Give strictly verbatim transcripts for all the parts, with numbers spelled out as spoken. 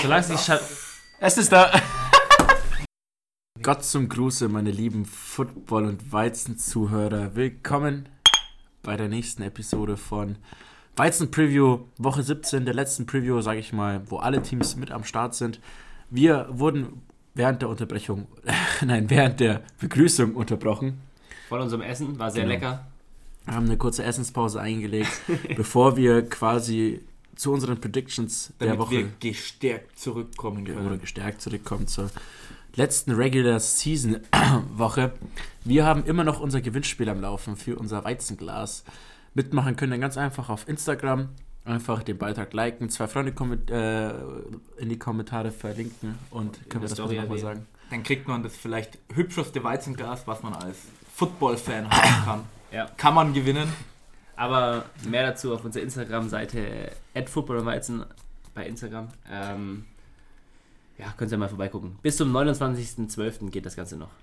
Solange es nicht schafft. Es ist da. Gott zum Gruße, meine lieben Football- und Weizen-Zuhörer. Willkommen bei der nächsten Episode von Weizen-Preview, Woche siebzehn, der letzten Preview, sage ich mal, wo alle Teams mit am Start sind. Wir wurden während der Unterbrechung, nein, während der Begrüßung unterbrochen. Von unserem Essen, war sehr genau. lecker. Wir haben eine kurze Essenspause eingelegt, bevor wir quasi zu unseren Predictions Damit der Woche wir gestärkt zurückkommen können. Oder gestärkt zurückkommen zur letzten Regular Season Woche. Wir haben immer noch unser Gewinnspiel am Laufen für unser Weizenglas. Mitmachen können dann ganz einfach auf Instagram. Einfach den Beitrag liken, zwei Freunde komment- äh, in die Kommentare verlinken und können wir das nochmal sagen. Dann kriegt man das vielleicht hübscheste Weizenglas, was man als Football-Fan haben kann. Ja. Kann man gewinnen. Aber mehr dazu auf unserer Instagram-Seite at footballweizen bei Instagram. Ähm, ja, könnt ihr mal vorbeigucken. Bis zum neunundzwanzigsten zwölften geht das Ganze noch.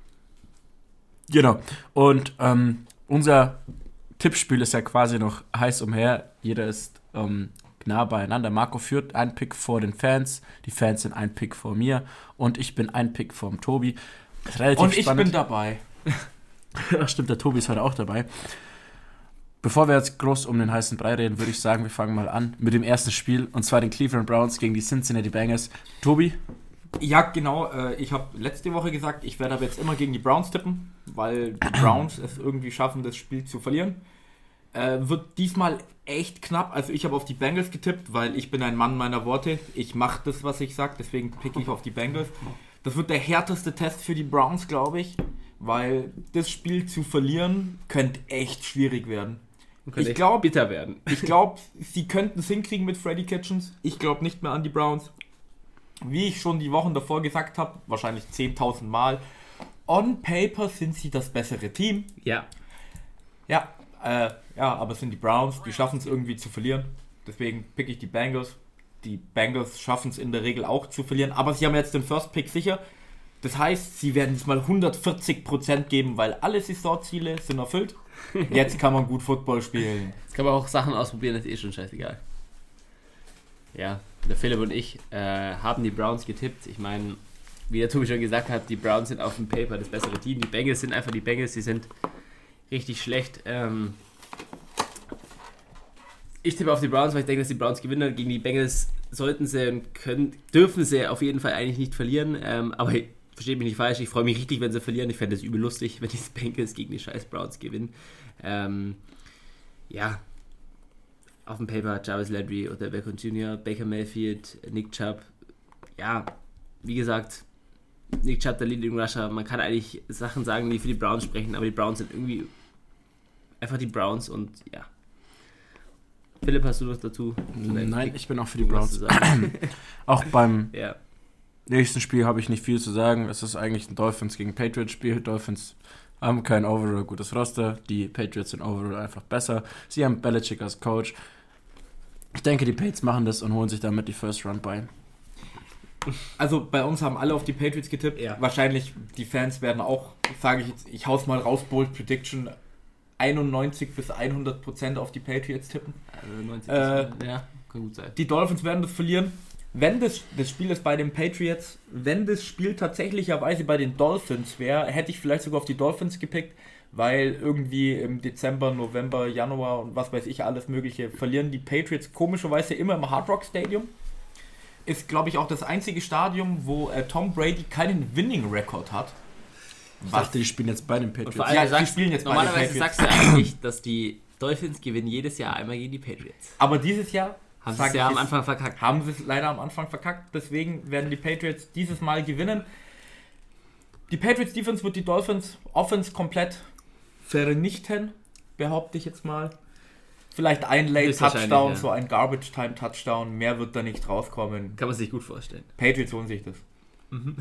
Genau. Und ähm, unser Tippspiel ist ja quasi noch heiß umher. Jeder ist ähm, nah beieinander. Marco führt einen Pick vor den Fans. Die Fans sind ein Pick vor mir. Und ich bin ein Pick vom Tobi. Relativ Und ich spannend. bin dabei. Ach stimmt, der Tobi ist heute auch dabei. Bevor wir jetzt groß um den heißen Brei reden, würde ich sagen, wir fangen mal an mit dem ersten Spiel. Und zwar den Cleveland Browns gegen die Cincinnati Bengals. Tobi? Ja, genau. Äh, ich habe letzte Woche gesagt, ich werde aber jetzt immer gegen die Browns tippen, weil die Browns es irgendwie schaffen, das Spiel zu verlieren. Äh, wird diesmal echt knapp. Also ich habe auf die Bengals getippt, weil ich bin ein Mann meiner Worte. Ich mache das, was ich sage, deswegen picke ich auf die Bengals. Das wird der härteste Test für die Browns, glaube ich, weil das Spiel zu verlieren könnte echt schwierig werden. Ich glaube, bitter werden. Ich glaube, sie könnten es hinkriegen mit Freddie Kitchens. Ich glaube nicht mehr an die Browns. Wie ich schon die Wochen davor gesagt habe, wahrscheinlich zehntausend Mal, on paper sind sie das bessere Team. Ja. Ja, äh, ja, aber es sind die Browns, die schaffen es irgendwie zu verlieren. Deswegen pick ich die Bengals. Die Bengals schaffen es in der Regel auch zu verlieren, aber sie haben jetzt den First Pick sicher. Das heißt, sie werden diesmal hundertvierzig Prozent geben, weil alle Saisonziele sind erfüllt. Jetzt kann man gut Football spielen. Jetzt kann man auch Sachen ausprobieren, das ist eh schon scheißegal. Ja, der Philipp und ich äh, haben die Browns getippt. Ich meine, wie der Tobi schon gesagt hat, die Browns sind auf dem Paper das bessere Team. Die Bengals sind einfach die Bengals, die sind richtig schlecht. Ähm ich tippe auf die Browns, weil ich denke, dass die Browns gewinnen. Gegen die Bengals sollten sie und können, dürfen sie auf jeden Fall eigentlich nicht verlieren. Ähm, aber versteht mich nicht falsch, ich freue mich richtig, wenn sie verlieren. Ich fände es übel lustig, wenn die Bengals gegen die scheiß Browns gewinnen. Ähm, ja, auf dem Paper Jarvis Landry oder Beckham Junior, Baker Mayfield, Nick Chubb. Ja, wie gesagt, Nick Chubb, der Leading Rusher. Man kann eigentlich Sachen sagen, die für die Browns sprechen, aber die Browns sind irgendwie einfach die Browns und ja. Philipp, hast du was dazu? Nein, ich bin auch für die Browns. Auch beim ja. nächsten Spiel habe ich nicht viel zu sagen. Es ist eigentlich ein Dolphins gegen Patriots Spiel. Dolphins haben kein overall gutes Roster. Die Patriots sind overall einfach besser. Sie haben Belichick als Coach. Ich denke, die Patriots machen das und holen sich damit die First Round bei. Also bei uns haben alle auf die Patriots getippt. Ja. Wahrscheinlich die Fans werden auch, sage ich jetzt, ich hau's mal raus, Bold Prediction, einundneunzig bis hundert Prozent auf die Patriots tippen. Also neunzig äh, ja, kann gut sein. Die Dolphins werden das verlieren. Wenn das, das Spiel ist bei den Patriots, wenn das Spiel tatsächlicherweise bei den Dolphins wäre, hätte ich vielleicht sogar auf die Dolphins gepickt, weil irgendwie im Dezember, November, Januar und was weiß ich alles mögliche verlieren die Patriots komischerweise immer im Hard Rock Stadium. Ist, glaube ich, auch das einzige Stadium, wo äh, Tom Brady keinen Winning-Record hat. Ich dachte, die spielen jetzt bei den Patriots. Ja, die spielen jetzt normalerweise bei den Patriots. Sagst du eigentlich, dass die Dolphins gewinnen jedes Jahr einmal gegen die Patriots. Aber dieses Jahr haben sie es ja am Anfang verkackt. Haben sie es leider am Anfang verkackt. Deswegen werden die Patriots dieses Mal gewinnen. Die Patriots Defense wird die Dolphins Offense komplett vernichten, behaupte ich jetzt mal. Vielleicht ein Late Touchdown, ja. So ein Garbage Time Touchdown. Mehr wird da nicht rauskommen. Kann man sich gut vorstellen. Patriots holen sich das. Mhm.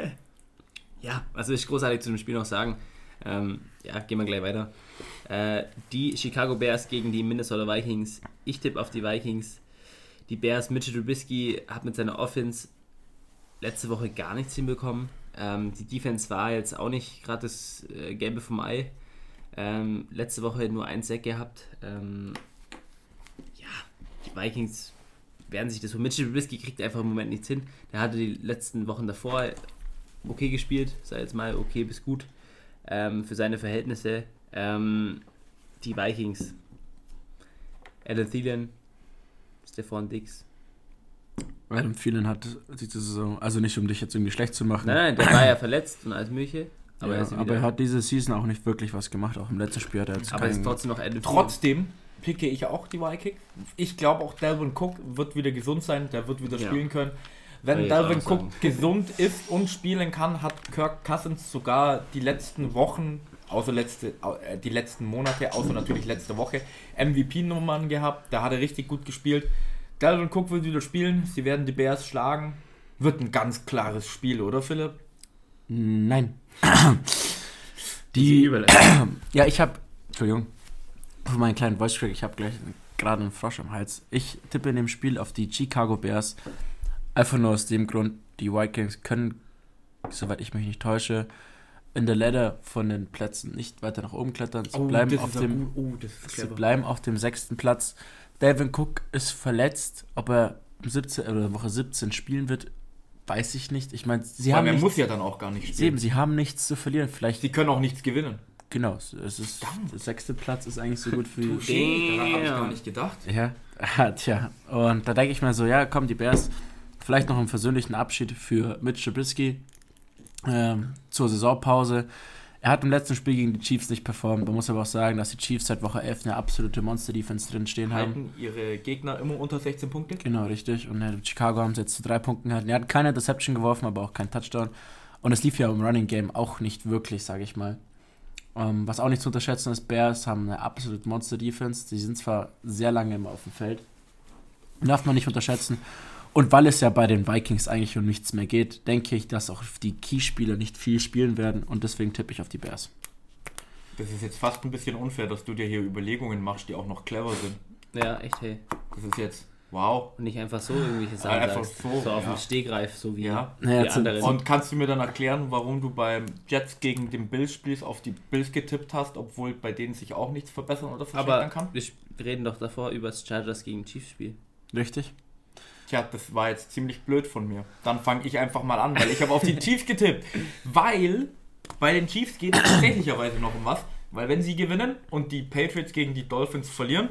Ja, was will ich großartig zu dem Spiel noch sagen? Ähm, ja, gehen wir gleich weiter. Äh, die Chicago Bears gegen die Minnesota Vikings. Ich tippe auf die Vikings. Die Bears, Mitchell Trubisky hat mit seiner Offense letzte Woche gar nichts hinbekommen. Ähm, die Defense war jetzt auch nicht gerade das äh, Gelbe vom Ei. Ähm, letzte Woche nur ein Sack gehabt. Ähm, ja, die Vikings werden sich das so. Mitchell Trubisky kriegt einfach im Moment nichts hin. Der hatte die letzten Wochen davor okay gespielt, sei jetzt mal okay bis gut ähm, für seine Verhältnisse. Ähm, die Vikings, Adam Thielen, Stephon Diggs. Adam Thielen hat diese Saison, also nicht um dich jetzt irgendwie schlecht zu machen. Nein, nein, der war ja verletzt und alles Mögliche. Aber, ja, er, aber er hat diese Season auch nicht wirklich was gemacht, auch im letzten Spiel hat er jetzt aber es ist trotzdem noch Adam Trotzdem picke ich auch die Vikings. Ich glaube auch Dalvin Cook wird wieder gesund sein, der wird wieder ja. spielen können. Wenn Dalvin Cook sagen. gesund ist und spielen kann, hat Kirk Cousins sogar die letzten Wochen, außer letzte, äh, die letzten Monate, außer natürlich letzte Woche, M V P-Nummern gehabt. Da hat er richtig gut gespielt. Dalvin Cook wird wieder spielen. Sie werden die Bears schlagen. Wird ein ganz klares Spiel, oder Philipp? Nein. Die ja, ich habe, Entschuldigung, für meinen kleinen Voice Crack, ich habe gleich gerade einen Frosch am Hals. Ich tippe in dem Spiel auf die Chicago Bears. Einfach nur aus dem Grund, die Vikings können, soweit ich mich nicht täusche, in der Ladder von den Plätzen nicht weiter nach oben klettern. Sie, oh, bleiben, auf dem, oh, sie bleiben auf dem sechsten Platz. Dalvin Cook ist verletzt, ob er siebzehn, oder Woche siebzehn spielen wird, weiß ich nicht. Ich meine, sie Weil haben er nichts, muss ja dann auch gar nicht spielen. Eben, sie haben nichts zu verlieren. Vielleicht, sie können auch nichts gewinnen. Genau, es ist, der sechste Platz ist eigentlich so gut für die. Daran habe ich gar nicht gedacht. Ja, tja. Und da denke ich mir so, ja, komm, die Bears, vielleicht noch einen versöhnlichen Abschied für Mitch Trubisky ähm, zur Saisonpause. Er hat im letzten Spiel gegen die Chiefs nicht performt. Man muss aber auch sagen, dass die Chiefs seit Woche elf eine absolute Monster-Defense drin stehen haben. Halten ihre Gegner immer unter sechzehn Punkte? Genau, richtig. Und in Chicago haben sie jetzt zu drei Punkten gehalten. Er hat keine Interception geworfen, aber auch keinen Touchdown. Und es lief ja im Running Game auch nicht wirklich, sage ich mal. Um, was auch nicht zu unterschätzen ist, Bears haben eine absolute Monster-Defense. Die sind zwar sehr lange immer auf dem Feld. Darf man nicht unterschätzen. Und weil es ja bei den Vikings eigentlich um nichts mehr geht, denke ich, dass auch die Key-Spieler nicht viel spielen werden. Und deswegen tippe ich auf die Bears. Das ist jetzt fast ein bisschen unfair, dass du dir hier Überlegungen machst, die auch noch clever sind. Ja, echt, hey. Das ist jetzt, wow. Und nicht einfach so irgendwelche Sachen ja, einfach sagst. so, so auf ja. dem Stegreif, so wie ja. die ja, anderen. Und kannst du mir dann erklären, warum du beim Jets gegen den Bills spielst, auf die Bills getippt hast, obwohl bei denen sich auch nichts verbessern oder verschlechtern kann? Aber wir reden doch davor über das Chargers gegen Chiefs Spiel. Richtig. Tja, das war jetzt ziemlich blöd von mir. Dann fange ich einfach mal an, weil ich habe auf die Chiefs getippt. Weil bei den Chiefs geht es tatsächlicherweise noch um was. Weil wenn sie gewinnen und die Patriots gegen die Dolphins verlieren,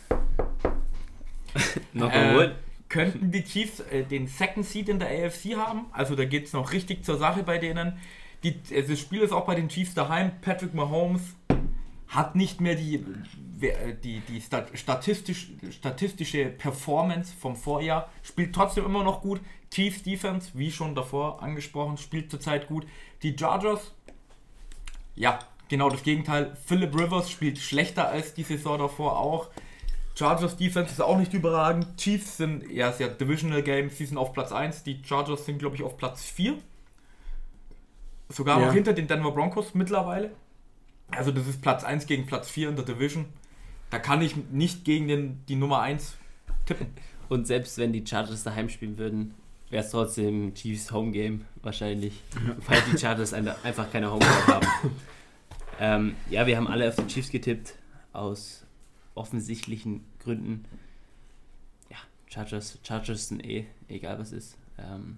äh, könnten die Chiefs äh, den Second Seed in der A F C haben. Also da geht es noch richtig zur Sache bei denen. Die, das Spiel ist auch bei den Chiefs daheim. Patrick Mahomes hat nicht mehr die, die, die statistisch, statistische Performance vom Vorjahr, spielt trotzdem immer noch gut. Chiefs Defense, wie schon davor angesprochen, spielt zurzeit gut. Die Chargers, ja, genau das Gegenteil. Philip Rivers spielt schlechter als die Saison davor auch. Chargers Defense ist auch nicht überragend. Chiefs sind, ja, ist ja Divisional Game, sie sind auf Platz eins, die Chargers sind, glaube ich, auf Platz vier. Sogar ja. noch hinter den Denver Broncos mittlerweile. Also das ist Platz eins gegen Platz vier in der Division. Da kann ich nicht gegen den, die Nummer eins tippen. Und selbst wenn die Chargers daheim spielen würden, wäre es trotzdem Chiefs Home Game wahrscheinlich. Ja. Weil die Chargers einfach keine Home Game haben. ähm, ja, wir haben alle auf die Chiefs getippt. Aus offensichtlichen Gründen. Ja, Chargers, Chargers sind eh, egal was ist. Ähm,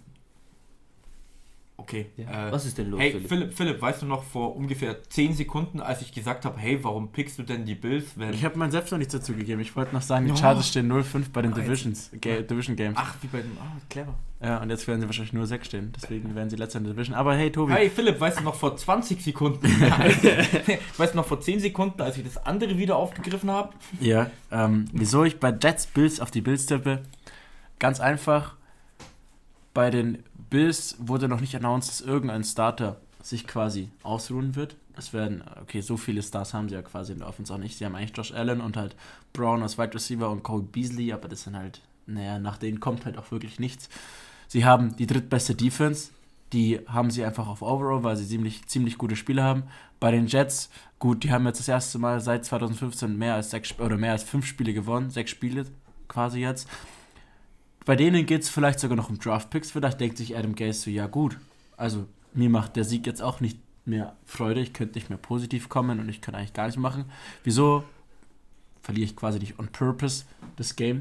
Okay. Ja. Äh, Was ist denn los, hey, Philipp? Philipp? Philipp, weißt du noch, vor ungefähr zehn Sekunden, als ich gesagt habe, hey, warum pickst du denn die Bills? Wenn ich habe mein selbst noch nichts dazu gegeben. Ich wollte noch sagen, die Chargers stehen null fünf bei den oh, Divisions, Ga- Division Games. Ach, wie bei den... Ah, clever. Ja, und jetzt werden sie wahrscheinlich null sechs stehen. Deswegen werden sie letzter in der Division. Aber hey, Tobi. Hey, Philipp, weißt du noch, vor zwanzig Sekunden, weißt du noch, vor zehn Sekunden, als ich das andere wieder aufgegriffen habe? Ja, ähm, wieso ich bei Jets Bills auf die Bills tippe? Ganz einfach. Bei den Bills wurde noch nicht announced, dass irgendein Starter sich quasi ausruhen wird. Es werden, okay, so viele Stars haben sie ja quasi in der Offense auch nicht. Sie haben eigentlich Josh Allen und halt Brown als Wide Receiver und Cole Beasley, aber das sind halt, naja, nach denen kommt halt auch wirklich nichts. Sie haben die drittbeste Defense, die haben sie einfach auf Overall, weil sie ziemlich, ziemlich gute Spieler haben. Bei den Jets, gut, die haben jetzt das erste Mal seit zwanzig fünfzehn mehr als sechs oder mehr als fünf Spiele gewonnen, sechs Spiele quasi jetzt. Bei denen geht es vielleicht sogar noch um Draft-Picks. Vielleicht denkt sich Adam Gase so, ja gut, also mir macht der Sieg jetzt auch nicht mehr Freude. Ich könnte nicht mehr positiv kommen und ich kann eigentlich gar nicht machen. Wieso verliere ich quasi nicht on purpose das Game?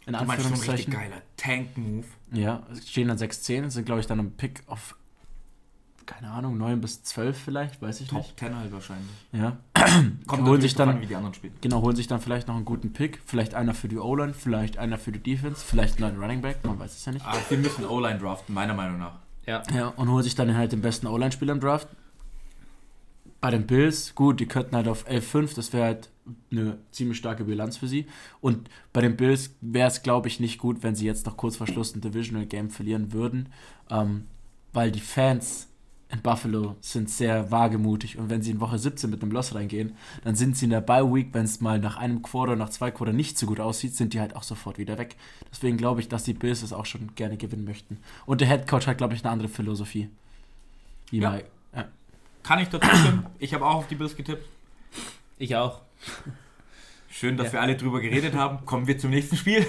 in Anführungszeichen. Schon ein geiler Tank-Move. Ja, stehen dann sechs zehn, sind glaube ich dann im Pick auf, keine Ahnung, neun bis zwölf vielleicht, weiß ich Top nicht. Top zehn halt wahrscheinlich. Ja. Kommt holen sich dann, an, wie die anderen spielen. Genau, holen sich dann vielleicht noch einen guten Pick, vielleicht einer für die O-Line, vielleicht einer für die Defense, vielleicht einen Running Back, man weiß es ja nicht. Aber wir müssen O-Line draften, meiner Meinung nach. Ja. Ja, und holen sich dann halt den besten O-Line-Spieler im Draft. Bei den Bills, gut, die könnten halt auf elf fünf, das wäre halt eine ziemlich starke Bilanz für sie. Und bei den Bills wäre es, glaube ich, nicht gut, wenn sie jetzt noch kurz vor Schluss ein Divisional Game verlieren würden, ähm, weil die Fans in Buffalo sind sehr wagemutig und wenn sie in Woche siebzehn mit einem Loss reingehen, dann sind sie in der Bye Week, wenn es mal nach einem Quarter, nach zwei Quarter nicht so gut aussieht, sind die halt auch sofort wieder weg. Deswegen glaube ich, dass die Bills es auch schon gerne gewinnen möchten. Und der Head Coach hat, glaube ich, eine andere Philosophie. Wie ja. Mike. Ja. Kann ich dazu stimmen. Ich habe auch auf die Bills getippt. Ich auch. Schön, dass ja. wir alle drüber geredet haben. Kommen wir zum nächsten Spiel.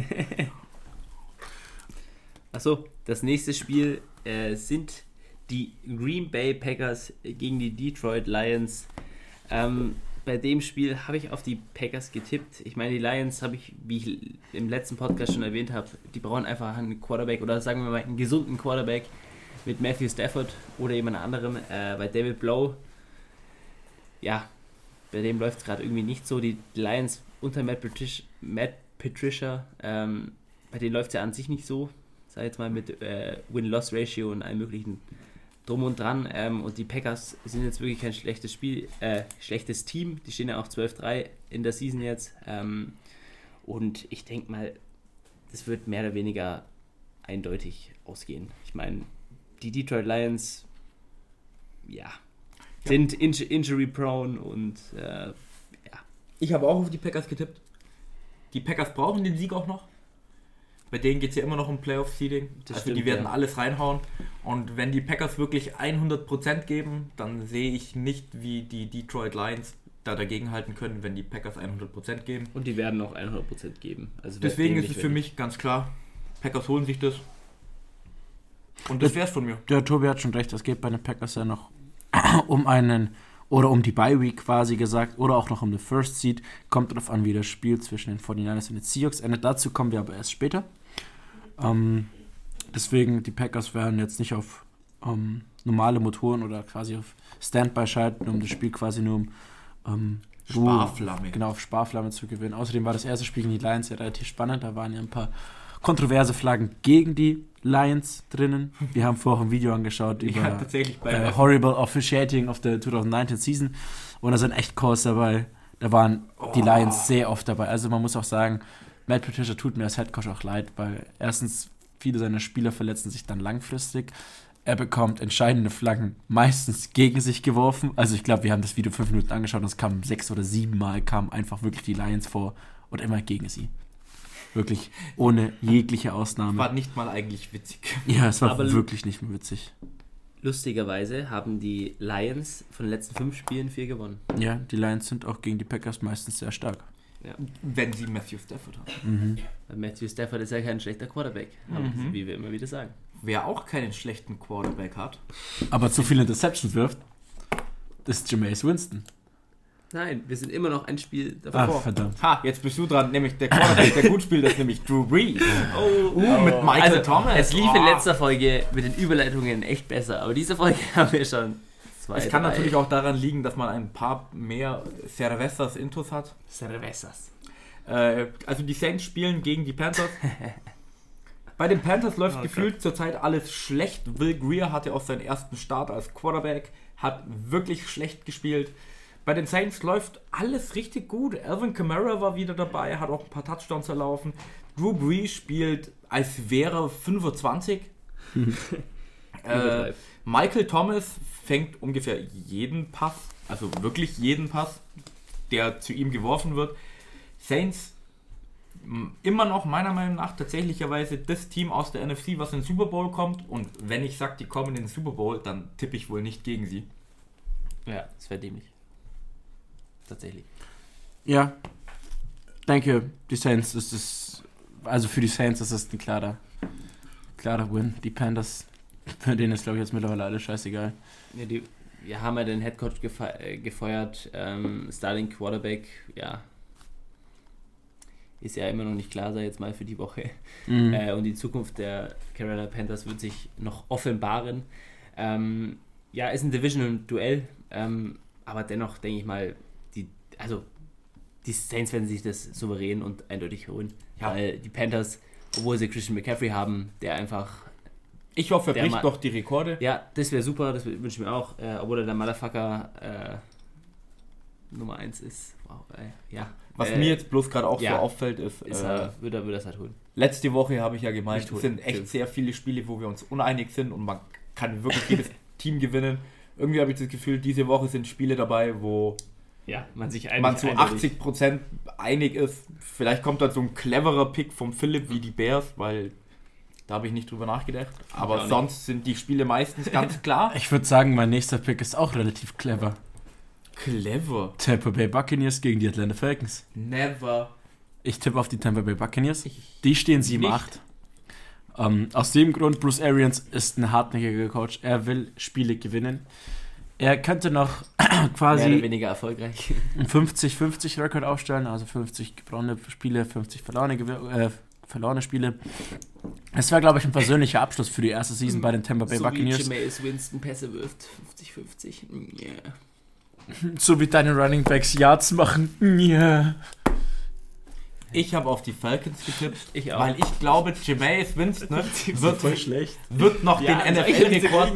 Achso, das nächste Spiel äh, sind die Green Bay Packers gegen die Detroit Lions. Ähm, bei dem Spiel habe ich auf die Packers getippt. Ich meine, die Lions habe ich, wie ich im letzten Podcast schon erwähnt habe, die brauchen einfach einen Quarterback oder sagen wir mal einen gesunden Quarterback mit Matthew Stafford oder jemand anderem. Äh, bei David Blow, ja, bei dem läuft es gerade irgendwie nicht so. Die Lions unter Matt Patricia, Matt Patricia ähm, bei denen läuft es ja an sich nicht so. Sag jetzt mal mit äh, Win-Loss-Ratio und allem möglichen Drum und Dran. Ähm, und die Packers sind jetzt wirklich kein schlechtes Spiel, äh, schlechtes Team. Die stehen ja auch zwölf drei in der Season jetzt. Ähm, und ich denke mal, das wird mehr oder weniger eindeutig ausgehen. Ich meine, die Detroit Lions, ja, ja. sind inj- injury-prone und äh, ja. Ich habe auch auf die Packers getippt. Die Packers brauchen den Sieg auch noch. Bei denen geht es ja immer noch um Playoff-Seeding. Also stimmt, die werden ja. alles reinhauen. Und wenn die Packers wirklich hundert Prozent geben, dann sehe ich nicht, wie die Detroit Lions da dagegenhalten können, wenn die Packers hundert Prozent geben. Und die werden auch hundert Prozent geben. Also deswegen ist es für mich ganz klar, Packers holen sich das. Und das wär's von mir. Der Tobi hat schon recht, es geht bei den Packers ja noch um einen, oder um die Bye-Week quasi gesagt, oder auch noch um den First Seed. Kommt darauf an, wie das Spiel zwischen den forty-niners und den Seahawks endet. Dazu kommen wir aber erst später. Ähm, deswegen, die Packers werden jetzt nicht auf ähm, normale Motoren oder quasi auf Standby schalten, um das Spiel quasi nur um ähm, Sparflamme. Genau, auf Sparflamme zu gewinnen. Außerdem war das erste Spiel gegen die Lions ja relativ spannend. Da waren ja ein paar kontroverse Flaggen gegen die Lions drinnen. Wir haben vorher ein Video angeschaut über ja, tatsächlich bei äh, Horrible Officiating of the twenty nineteen Season und da sind echt Calls dabei. Da waren oh. die Lions sehr oft dabei. Also man muss auch sagen, Matt Patricia tut mir als Headcoach auch leid, weil erstens viele seiner Spieler verletzen sich dann langfristig. Er bekommt entscheidende Flaggen meistens gegen sich geworfen. Also ich glaube, wir haben das Video fünf Minuten angeschaut und es kamen sechs oder sieben Mal kamen einfach wirklich die Lions vor und immer gegen sie. Wirklich ohne jegliche Ausnahme. War nicht mal eigentlich witzig. Ja, es war aber wirklich nicht mehr witzig. Lustigerweise haben die Lions von den letzten fünf Spielen vier gewonnen. Ja, die Lions sind auch gegen die Packers meistens sehr stark. Ja. Wenn sie Matthew Stafford haben. Mhm. Weil Matthew Stafford ist ja kein schlechter Quarterback, mhm. wie wir immer wieder sagen. Wer auch keinen schlechten Quarterback hat, aber zu viele Interceptions wirft, ist Jameis Winston. Nein, wir sind immer noch ein Spiel davor. Ach, verdammt. Ha, jetzt bist du dran, nämlich der Quarterback, der gut spielt, das ist nämlich Drew Brees. Oh, uh, oh. Mit Michael also, Thomas. Es lief oh. in letzter Folge mit den Überleitungen echt besser, aber diese Folge haben wir schon zwei, Es kann drei. natürlich auch daran liegen, dass man ein paar mehr Cervezas Intos hat. Cervezas. Äh, also die Saints spielen gegen die Panthers. Bei den Panthers läuft oh, gefühlt Gott. zurzeit alles schlecht. Will Grier hatte auch seinen ersten Start als Quarterback, hat wirklich schlecht gespielt. Bei den Saints läuft alles richtig gut. Alvin Kamara war wieder dabei, hat auch ein paar Touchdowns erlaufen. Drew Brees spielt, als wäre fünfundzwanzig. äh, Michael Thomas fängt ungefähr jeden Pass, also wirklich jeden Pass, der zu ihm geworfen wird. Saints immer noch meiner Meinung nach tatsächlicherweise das Team aus der N F C, was in den Super Bowl kommt. Und wenn ich sage, die kommen in den Super Bowl, dann tippe ich wohl nicht gegen sie. Ja, das wäre dämlich. Tatsächlich. Ja, denke, die Saints ist es, also für die Saints ist es ein klarer, klarer Win. Die Panthers, für denen ist, glaube ich, jetzt mittlerweile alles scheißegal. Ja, die, wir haben ja den Headcoach gefe- gefeuert, ähm, Starting Quarterback, ja. ist ja immer noch nicht klar, sei jetzt mal für die Woche. Mhm. Äh, und die Zukunft der Carolina Panthers wird sich noch offenbaren. Ähm, ja, ist ein Divisional-Duell, ähm, aber dennoch denke ich mal, die, also die Saints werden sich das souverän und eindeutig holen. Ja. Weil die Panthers, obwohl sie Christian McCaffrey haben, der einfach... Ich hoffe, er bricht doch die Rekorde. Ja, das wäre super, das wünsche ich mir auch. Äh, obwohl er der Motherfucker äh, Nummer eins ist. Wow, äh, ja. Was äh, mir jetzt bloß gerade auch ja, so auffällt, ist... ist er, äh, würde er das halt holen. Letzte Woche habe ich ja gemeint, es sind echt Stimmt. sehr viele Spiele, wo wir uns uneinig sind und man kann wirklich jedes Team gewinnen. Irgendwie habe ich das Gefühl, diese Woche sind Spiele dabei, wo ja, man sich einig, man zu achtzig Prozent einig ist. Vielleicht kommt da so ein cleverer Pick vom Philipp wie die Bears, weil da habe ich nicht drüber nachgedacht. Aber sonst sind die Spiele meistens ganz klar. Ich würde sagen, mein nächster Pick ist auch relativ clever. Clever? Tampa Bay Buccaneers gegen die Atlanta Falcons. Never. Ich tippe auf die Tampa Bay Buccaneers. Die stehen sieben acht. Um, aus dem Grund, Bruce Arians ist ein hartnäckiger Coach. Er will Spiele gewinnen. Er könnte noch quasi mehr oder weniger erfolgreich einen fünfzig fünfzig Rekord aufstellen, also fünfzig gewonnene Spiele, fünfzig verlorene, äh, verlorene Spiele. Es wäre, glaube ich, ein persönlicher Abschluss für die erste Season bei den Tampa Bay so Buccaneers. So wie Jameis Winston Pässe wirft, fünfzig fünfzig. Yeah. So wie deine Running Backs Yards machen. Yeah. Ich habe auf die Falcons getippt, ich auch. Weil ich glaube, Jameis Winston wird, voll schlecht. wird noch ja, den N F L-Rekord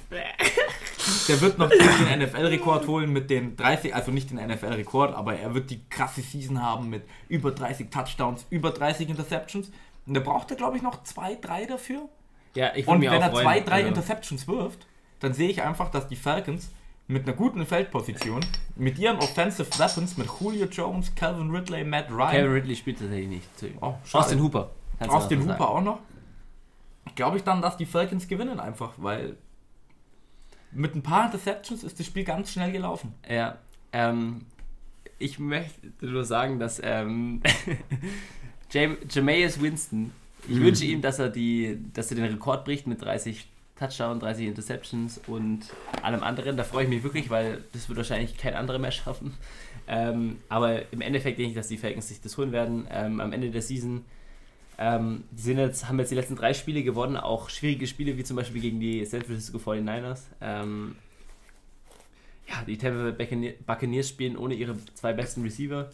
der wird noch den N F L-Rekord holen mit den dreißig, also nicht den N F L-Rekord, aber er wird die krasse Season haben mit über dreißig Touchdowns, über dreißig Interceptions. Und da braucht er, glaube ich, noch zwei, drei dafür. Ja, ich Und mir wenn auch er freuen, zwei, drei also. Interceptions wirft, dann sehe ich einfach, dass die Falcons mit einer guten Feldposition, mit ihren Offensive Weapons, mit Julio Jones, Calvin Ridley, Matt Ryan. Calvin Ridley spielt tatsächlich nicht. Oh, Austin Hooper. Austin Hooper sagen. Auch noch. Glaube ich dann, dass die Falcons gewinnen einfach, weil mit ein paar Interceptions ist das Spiel ganz schnell gelaufen. Ja, ähm, ich möchte nur sagen, dass ähm, Jam- Jameis Winston, ich mhm. wünsche ihm, dass er, die, dass er den Rekord bricht mit dreißig Touchdown, dreißig Interceptions und allem anderen. Da freue ich mich wirklich, weil das wird wahrscheinlich kein anderer mehr schaffen. Ähm, aber im Endeffekt denke ich, dass die Falcons sich das holen werden. Ähm, am Ende der Season ähm, die sind jetzt, haben jetzt die letzten drei Spiele gewonnen, auch schwierige Spiele, wie zum Beispiel gegen die San Francisco forty-niners. Ähm, ja, die Tampa Bay Buccaneers spielen ohne ihre zwei besten Receiver.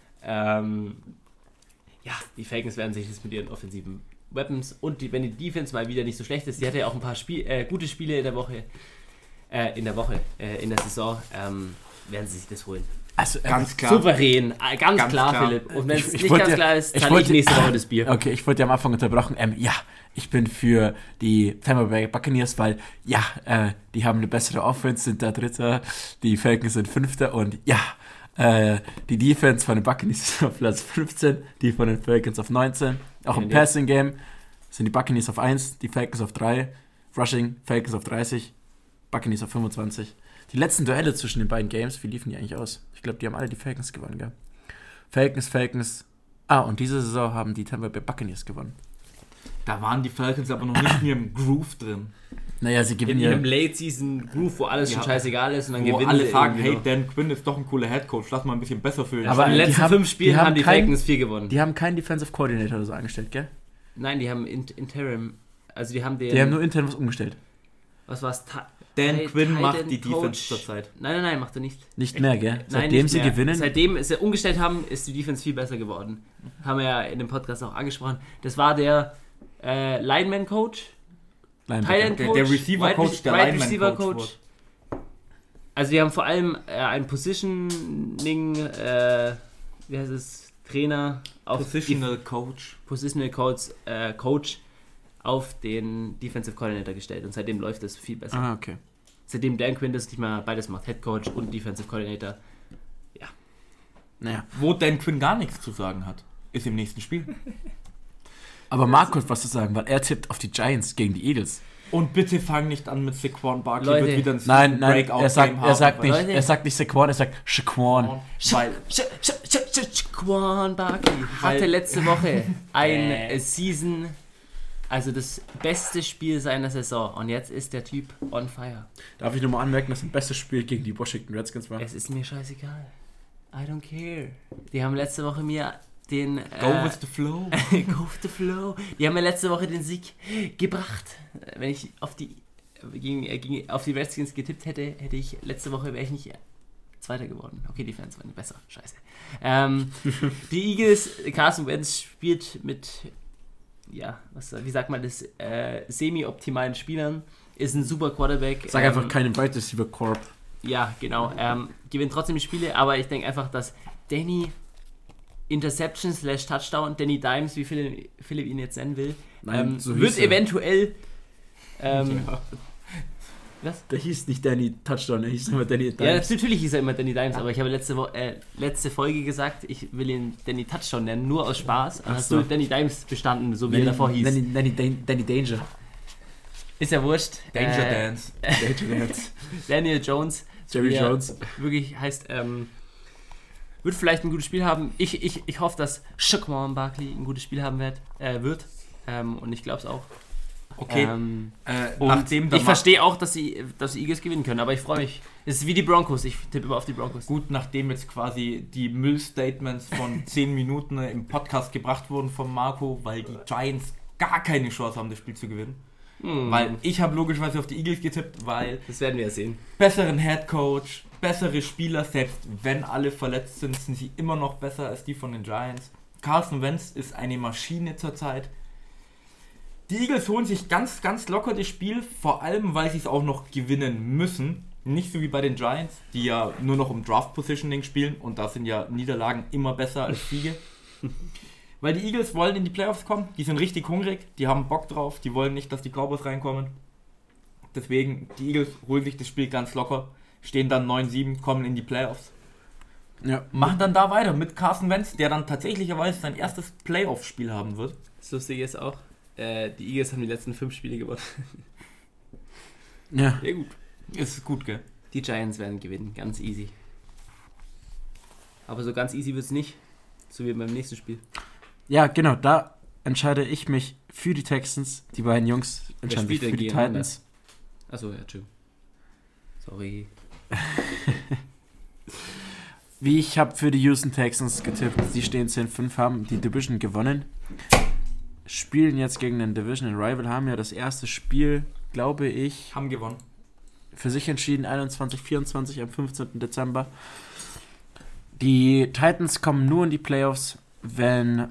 Ähm, ja, die Falcons werden sich das mit ihren offensiven Weapons und die, wenn die Defense mal wieder nicht so schlecht ist, die hatte ja auch ein paar Spiel, äh, gute Spiele in der Woche, äh, in der Woche, äh, in der Saison, ähm, werden sie sich das holen. Also ganz klar. Souverän, ganz, ganz klar, klar, Philipp. Und wenn es nicht ganz ja, klar ist, zahle ich, ich nächste Woche das Bier. Okay, ich wollte ja am Anfang unterbrochen. Ähm, ja, ich bin für die Tampa Bay Buccaneers, weil ja, äh, die haben eine bessere Offense, sind da Dritter, die Falcons sind Fünfter und ja, äh, die Defense von den Buccaneers ist auf Platz fünfzehn, die von den Falcons auf neunzehn. Auch im Passing Game sind die Buccaneers auf eins, die Falcons auf drei, Rushing, Falcons auf dreißig, Buccaneers auf fünfundzwanzig. Die letzten Duelle zwischen den beiden Games, wie liefen die eigentlich aus? Ich glaube, die haben alle die Falcons gewonnen, gell? Falcons, Falcons. Ah, und diese Saison haben die Tampa Bay Buccaneers gewonnen. Da waren die Falcons aber noch nicht mehr im Groove drin. Naja, sie gewinnen ja... In ihrem Late-Season-Groove, wo alles ja, schon scheißegal ist und dann wo gewinnen alle sagen, hey, Dan Quinn ist doch ein cooler Headcoach, lass mal ein bisschen besser für ihn. Aber in den letzten haben, fünf Spielen die haben die kein, Falcons vier gewonnen. Die haben keinen Defensive Coordinator oder so angestellt, gell? Nein, die haben in, Interim, also die haben den... Die haben nur intern was umgestellt. Was war's? Ta- Dan Tight, Quinn Tight macht die Coach. Defense zurzeit. Nein, nein, nein, macht er nicht. Nicht mehr, gell? Nein, Seitdem nicht sie mehr. gewinnen? Seitdem sie umgestellt haben, ist die Defense viel besser geworden. Haben wir ja in dem Podcast auch angesprochen. Das war der äh, Lineman-Coach, Thailand-Coach, der, der Receiver-Coach, der Wide Receiver-Coach. Also die haben vor allem äh, ein Positioning, äh, wie heißt es, Trainer, auf Positional die, Coach. Positional Coach, äh, Coach auf den Defensive Coordinator gestellt und seitdem läuft es viel besser. Ah, okay. Seitdem Dan Quinn das nicht mal beides macht, Head Coach und Defensive Coordinator. Ja. Naja. Wo Dan Quinn gar nichts zu sagen hat, ist im nächsten Spiel. Aber Markus was zu sagen, weil er tippt auf die Giants gegen die Eagles. Und bitte fang nicht an mit Saquon Barkley. Leute. Wird wieder ein nein, nein, Breakout er sagt, er sagt nicht, Leute. er sagt nicht Saquon, er sagt Shaquan. Saquon Barkley hatte letzte Woche ein Season, also das beste Spiel seiner Saison und jetzt ist der Typ on fire. Darf ich nur mal anmerken, dass das beste Spiel gegen die Washington Redskins war? Es ist mir scheißegal. I don't care. Die haben letzte Woche mir den... Go äh, with the flow. Go with the flow. Die haben ja letzte Woche den Sieg gebracht. Wenn ich auf die, gegen, äh, gegen, auf die Redskins getippt hätte, hätte ich letzte Woche, wäre ich nicht Zweiter geworden. Okay, die Fans waren besser. Scheiße. Ähm, die Eagles, Carson Wentz spielt mit, ja, was, wie sagt man das, äh, semi-optimalen Spielern. Ist ein super Quarterback. Sag ähm, einfach keinen Wide Receiver Corp. Ja, genau. Ähm, gewinnt trotzdem die Spiele, aber ich denke einfach, dass Danny Interception slash Touchdown, Danny Dimes, wie Philipp, Philipp ihn jetzt nennen will, Nein, ähm, so wird hieß er. eventuell ähm, Ja. was? Der hieß nicht Danny Touchdown, der hieß immer Danny Ja, Dimes. natürlich hieß er immer Danny Dimes, aber ich habe letzte, Wo- äh, letzte Folge gesagt, ich will ihn Danny Touchdown nennen, nur aus Spaß. Dann Ach hast so. du Danny Dimes bestanden, so wie Danny, er davor hieß. Danny, Danny, Danny, Danny Danger. Ist ja wurscht. Danger Äh, Dance. Danger Dance. Daniel Jones, Jerry wie er Jones. wirklich heißt, ähm, wird vielleicht ein gutes Spiel haben. Ich, ich, ich hoffe, dass Saquon Barkley ein gutes Spiel haben wird. Äh, wird. Ähm, und ich glaube es auch. Okay, Ähm, äh, und nachdem der ich Ma- verstehe auch, dass die, dass die Eagles gewinnen können, aber ich freue mich. Es ist wie die Broncos. Ich tippe immer auf die Broncos. Gut, nachdem jetzt quasi die Müllstatements von zehn Minuten im Podcast gebracht wurden von Marco, weil die Giants gar keine Chance haben, das Spiel zu gewinnen. Hm. Weil ich habe logischerweise auf die Eagles getippt, weil Das werden wir ja sehen. besseren Headcoach, bessere Spieler, selbst wenn alle verletzt sind, sind sie immer noch besser als die von den Giants. Carson Wentz ist eine Maschine zurzeit. Die Eagles holen sich ganz, ganz locker das Spiel, vor allem, weil sie es auch noch gewinnen müssen. Nicht so wie bei den Giants, die ja nur noch um Draft-Positioning spielen und da sind ja Niederlagen immer besser als Siege. Weil die Eagles wollen in die Playoffs kommen, die sind richtig hungrig, die haben Bock drauf, die wollen nicht, dass die Cowboys reinkommen. Deswegen, die Eagles holen sich das Spiel ganz locker, stehen dann neun sieben, kommen in die Playoffs. Ja. Machen dann da weiter mit Carson Wentz, der dann tatsächlicherweise sein erstes Playoff-Spiel haben wird. Das Lustige ist auch, äh, die Eagles haben die letzten fünf Spiele gewonnen. Ja. Ja gut. Ist gut, gell? Die Giants werden gewinnen, ganz easy. Aber so ganz easy wird es nicht, so wie beim nächsten Spiel. Ja, genau, da entscheide ich mich für die Texans. Die beiden Jungs entscheiden sich spielt für denn die gegeneinander? Titans. Achso, ja, tschüss. Sorry. Wie ich habe für die Houston Texans getippt. Sie stehen zehn fünf, haben die Division gewonnen. Spielen jetzt gegen den Division Rival, haben ja das erste Spiel, glaube ich, Haben gewonnen. für sich entschieden, einundzwanzig vierundzwanzig am fünfzehnten Dezember. Die Titans kommen nur in die Playoffs, wenn,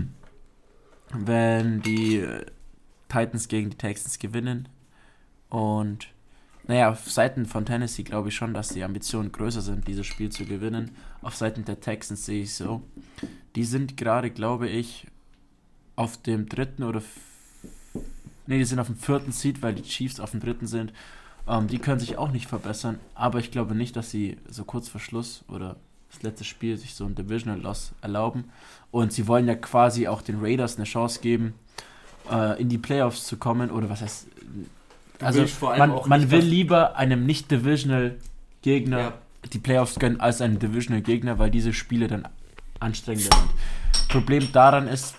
wenn die äh, Titans gegen die Texans gewinnen. Und naja, auf Seiten von Tennessee glaube ich schon, dass die Ambitionen größer sind, dieses Spiel zu gewinnen. Auf Seiten der Texans sehe ich so. Die sind gerade, glaube ich, auf dem dritten oder f- nee, die sind auf dem vierten Seed, weil die Chiefs auf dem dritten sind. Ähm, die können sich auch nicht verbessern, aber ich glaube nicht, dass sie so kurz vor Schluss oder das letzte Spiel sich so ein Divisional Loss erlauben. Und sie wollen ja quasi auch den Raiders eine Chance geben, äh, in die Playoffs zu kommen. Oder was heißt... Also willst vor allem man, auch man nicht, will dass- lieber einem Nicht-Divisional-Gegner Ja. die Playoffs gönnen als einem Divisional-Gegner, weil diese Spiele dann anstrengender sind. Problem daran ist,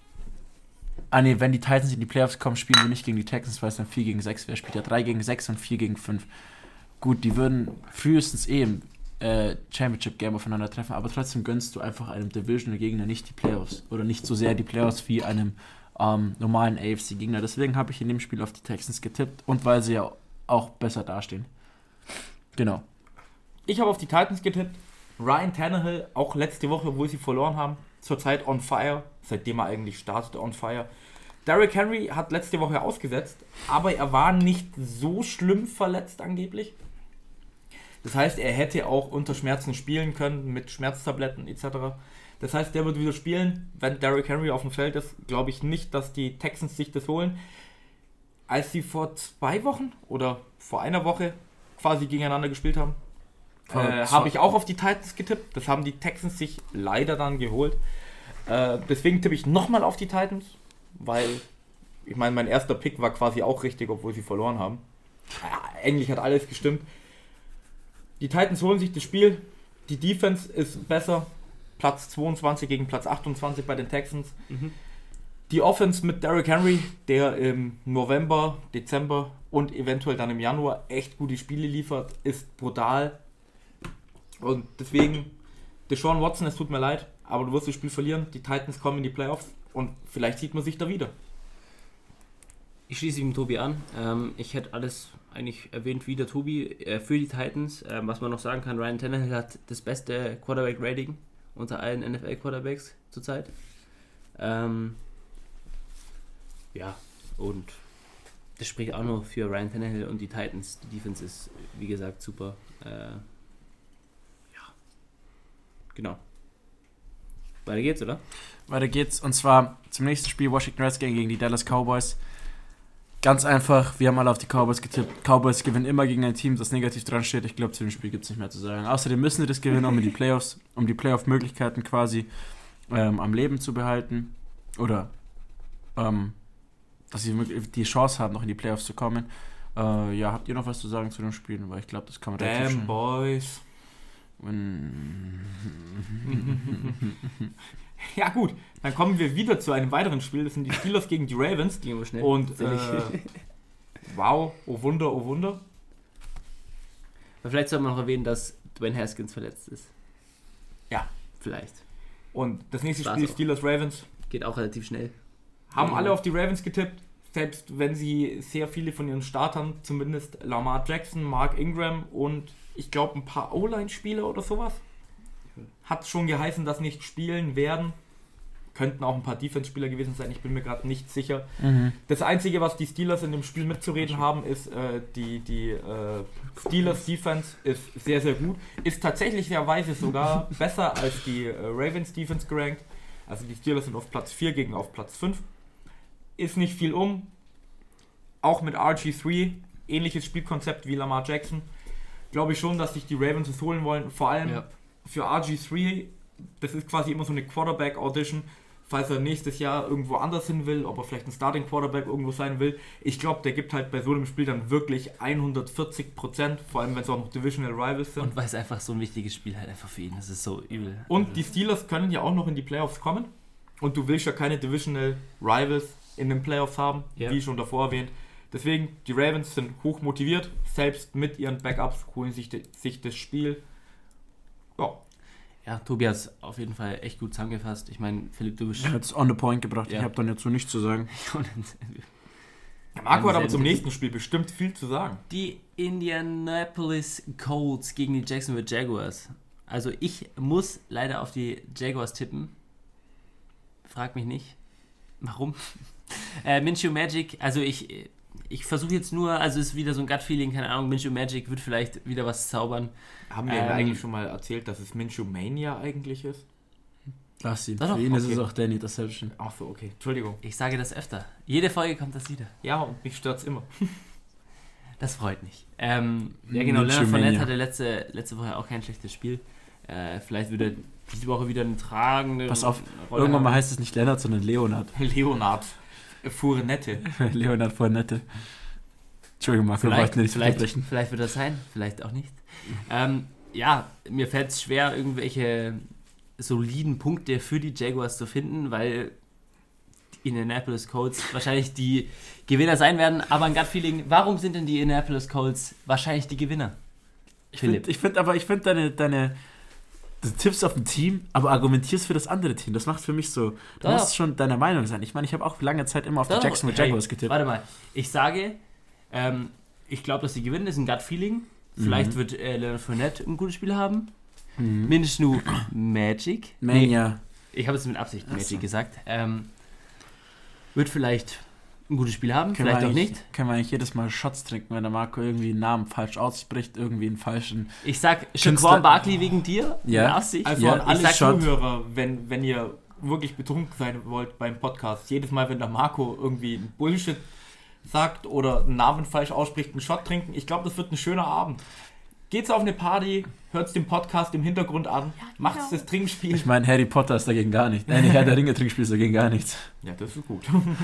ah nee, wenn die Titans in die Playoffs kommen, spielen wir nicht gegen die Texans, weil es dann vier gegen sechs wäre. Spielt ja drei gegen sechs und vier gegen fünf. Gut, die würden frühestens eh im äh, Championship-Game aufeinander treffen, aber trotzdem gönnst du einfach einem Divisional-Gegner nicht die Playoffs. Oder nicht so sehr die Playoffs wie einem ähm, normalen A F C-Gegner. Deswegen habe ich in dem Spiel auf die Texans getippt und weil sie ja auch besser dastehen. Genau. Ich habe auf die Titans getippt. Ryan Tannehill, auch letzte Woche, wo sie verloren haben, zurzeit on fire, seitdem er eigentlich startete, on fire. Derrick Henry hat letzte Woche ausgesetzt, aber er war nicht so schlimm verletzt angeblich. Das heißt, er hätte auch unter Schmerzen spielen können, mit Schmerztabletten et cetera. Das heißt, der wird wieder spielen. Wenn Derrick Henry auf dem Feld ist, glaube ich nicht, dass die Texans sich das holen. Als sie vor zwei Wochen oder vor einer Woche quasi gegeneinander gespielt haben, Äh, habe ich auch auf die Titans getippt. Das haben die Texans sich leider dann geholt. Äh, deswegen tippe ich nochmal auf die Titans, weil ich meine, mein erster Pick war quasi auch richtig, obwohl sie verloren haben. Äh, eigentlich hat alles gestimmt. Die Titans holen sich das Spiel. Die Defense ist besser. Platz zweiundzwanzig gegen Platz achtundzwanzig bei den Texans. Mhm. Die Offense mit Derrick Henry, der im November, Dezember und eventuell dann im Januar echt gute Spiele liefert, ist brutal. Und deswegen, Deshaun Watson, es tut mir leid, aber du wirst das Spiel verlieren, die Titans kommen in die Playoffs und vielleicht sieht man sich da wieder. Ich schließe mich mit Tobi an. Ähm, ich hätte alles eigentlich erwähnt wie der Tobi äh, für die Titans. Ähm, was man noch sagen kann, Ryan Tannehill hat das beste Quarterback-Rating unter allen N F L-Quarterbacks zurzeit. Ähm, ja, und das spricht auch nur für Ryan Tannehill und die Titans. Die Defense ist, wie gesagt, super. Äh, ja, genau. Weiter geht's, oder? Weiter geht's, und zwar zum nächsten Spiel, Washington Redskins gegen die Dallas Cowboys. Ganz einfach, wir haben alle auf die Cowboys getippt. Cowboys gewinnen immer gegen ein Team, das negativ dran steht. Ich glaube, zu dem Spiel gibt es nicht mehr zu sagen. Außerdem müssen sie das gewinnen, um die Playoffs, um die Playoff-Möglichkeiten quasi ähm, am Leben zu behalten. Oder ähm, dass sie die Chance haben, noch in die Playoffs zu kommen. Äh, ja, habt ihr noch was zu sagen zu dem Spiel? Weil ich glaube, das kann man relativ Damn, Boys. Ja gut, dann kommen wir wieder zu einem weiteren Spiel. Das sind die Steelers gegen die Ravens. Gehen wir schnell. Und äh, wow, oh Wunder, oh Wunder. Aber vielleicht soll man noch erwähnen, dass Dwayne Haskins verletzt ist. Ja. Vielleicht. Und das nächste Das Spiel, Steelers-Ravens. Geht auch relativ schnell. Haben ja. alle auf die Ravens getippt. Selbst wenn sie sehr viele von ihren Startern, zumindest Lamar Jackson, Mark Ingram und ich glaube ein paar O-Line-Spieler oder sowas, hat schon geheißen, dass nicht spielen werden. Könnten auch ein paar Defense-Spieler gewesen sein, ich bin mir gerade nicht sicher. Mhm. Das Einzige, was die Steelers in dem Spiel mitzureden haben, ist, äh, die, die äh, Steelers-Defense ist sehr, sehr gut. Ist tatsächlicherweise sogar besser als die äh, Ravens-Defense gerankt. Also die Steelers sind auf Platz vier gegen auf Platz fünf. Ist nicht viel um. Auch mit R G drei, ähnliches Spielkonzept wie Lamar Jackson. Glaube ich schon, dass sich die Ravens es holen wollen. Vor allem ja. für R G drei, das ist quasi immer so eine Quarterback-Audition, falls er nächstes Jahr irgendwo anders hin will, ob er vielleicht ein Starting-Quarterback irgendwo sein will. Ich glaube, der gibt halt bei so einem Spiel dann wirklich hundertvierzig Prozent, vor allem wenn es auch noch Divisional Rivals sind. Und weil es einfach so ein wichtiges Spiel halt einfach für ihn ist, das ist so übel. Und die Steelers können ja auch noch in die Playoffs kommen und du willst ja keine Divisional Rivals in den Playoffs haben, yeah. wie schon davor erwähnt. Deswegen, die Ravens sind hoch motiviert, selbst mit ihren Backups holen sich, de, sich das Spiel. Ja. Ja, Tobi hat es auf jeden Fall echt gut zusammengefasst. Ich meine, Philipp, du bist... Er hat es on the point gebracht, ja. Ich habe dann dazu nichts zu sagen. Ja, Marco hat aber zum nächsten Spiel bestimmt viel zu sagen. Die Indianapolis Colts gegen die Jacksonville Jaguars. Also ich muss leider auf die Jaguars tippen. Frag mich nicht. Warum? äh, Minshew Magic, also ich... Ich versuche jetzt nur, also es ist wieder so ein Gut-Feeling, keine Ahnung, Minshew Magic wird vielleicht wieder was zaubern. Haben wir ähm, eigentlich schon mal erzählt, dass es Minshew Mania eigentlich ist? Lass ihn. Für ihn okay. ist es auch Danny Interception. Ach so, okay. Entschuldigung. Ich sage das öfter. Jede Folge kommt das wieder. Ja, und mich stört's immer. Das freut mich. Ähm, ja genau, Leonard Fournette hatte letzte, letzte Woche auch kein schlechtes Spiel. Äh, vielleicht wird er diese Woche wieder eine tragende Pass auf, Rolle irgendwann haben. Mal heißt es nicht Leonard, sondern Leonard. Leonard. Fournette. Leonard Fournette. Entschuldigung, Marco, vielleicht, nicht vielleicht, vielleicht wird das sein, vielleicht auch nicht. Ähm, ja, mir fällt es schwer, irgendwelche soliden Punkte für die Jaguars zu finden, weil die Indianapolis Colts wahrscheinlich die Gewinner sein werden. Aber ein Gut-Feeling, warum sind denn die Indianapolis Colts wahrscheinlich die Gewinner? Ich finde find aber, ich finde deine, deine du tippst auf ein Team, aber argumentierst für das andere Team. Das macht für mich so, du Doch. musst schon deiner Meinung sein. Ich meine, ich habe auch lange Zeit immer auf Doch. die Jacksonville Jaguars getippt. Warte mal, ich sage, ähm, ich glaube, dass sie gewinnen, das ist ein Gut-Feeling. Vielleicht mhm. wird äh, Leonard Fournette ein gutes Spiel haben. Mhm. Minshew Magic. Mania. Nee, ich habe es mit Absicht Magic so. gesagt. Ähm, wird vielleicht ein gutes Spiel haben, können vielleicht auch nicht. Können wir eigentlich jedes Mal Shots trinken, wenn der Marco irgendwie einen Namen falsch ausspricht, irgendwie einen falschen... Ich sag Shaquan Barkley wegen dir, ja. in Absicht. Also ja. an alle Zuhörer, wenn, wenn ihr wirklich betrunken sein wollt beim Podcast, jedes Mal, wenn der Marco irgendwie einen Bullshit sagt oder einen Namen falsch ausspricht, einen Shot trinken, ich glaube, das wird ein schöner Abend. Geht's auf eine Party, hört's den Podcast im Hintergrund an, ja, genau. macht's das Trinkspiel. Ich meine, Harry Potter ist dagegen gar nichts. Nein, Herr der Ringe-Trinkspiel ist dagegen gar nichts. Ja, das ist gut.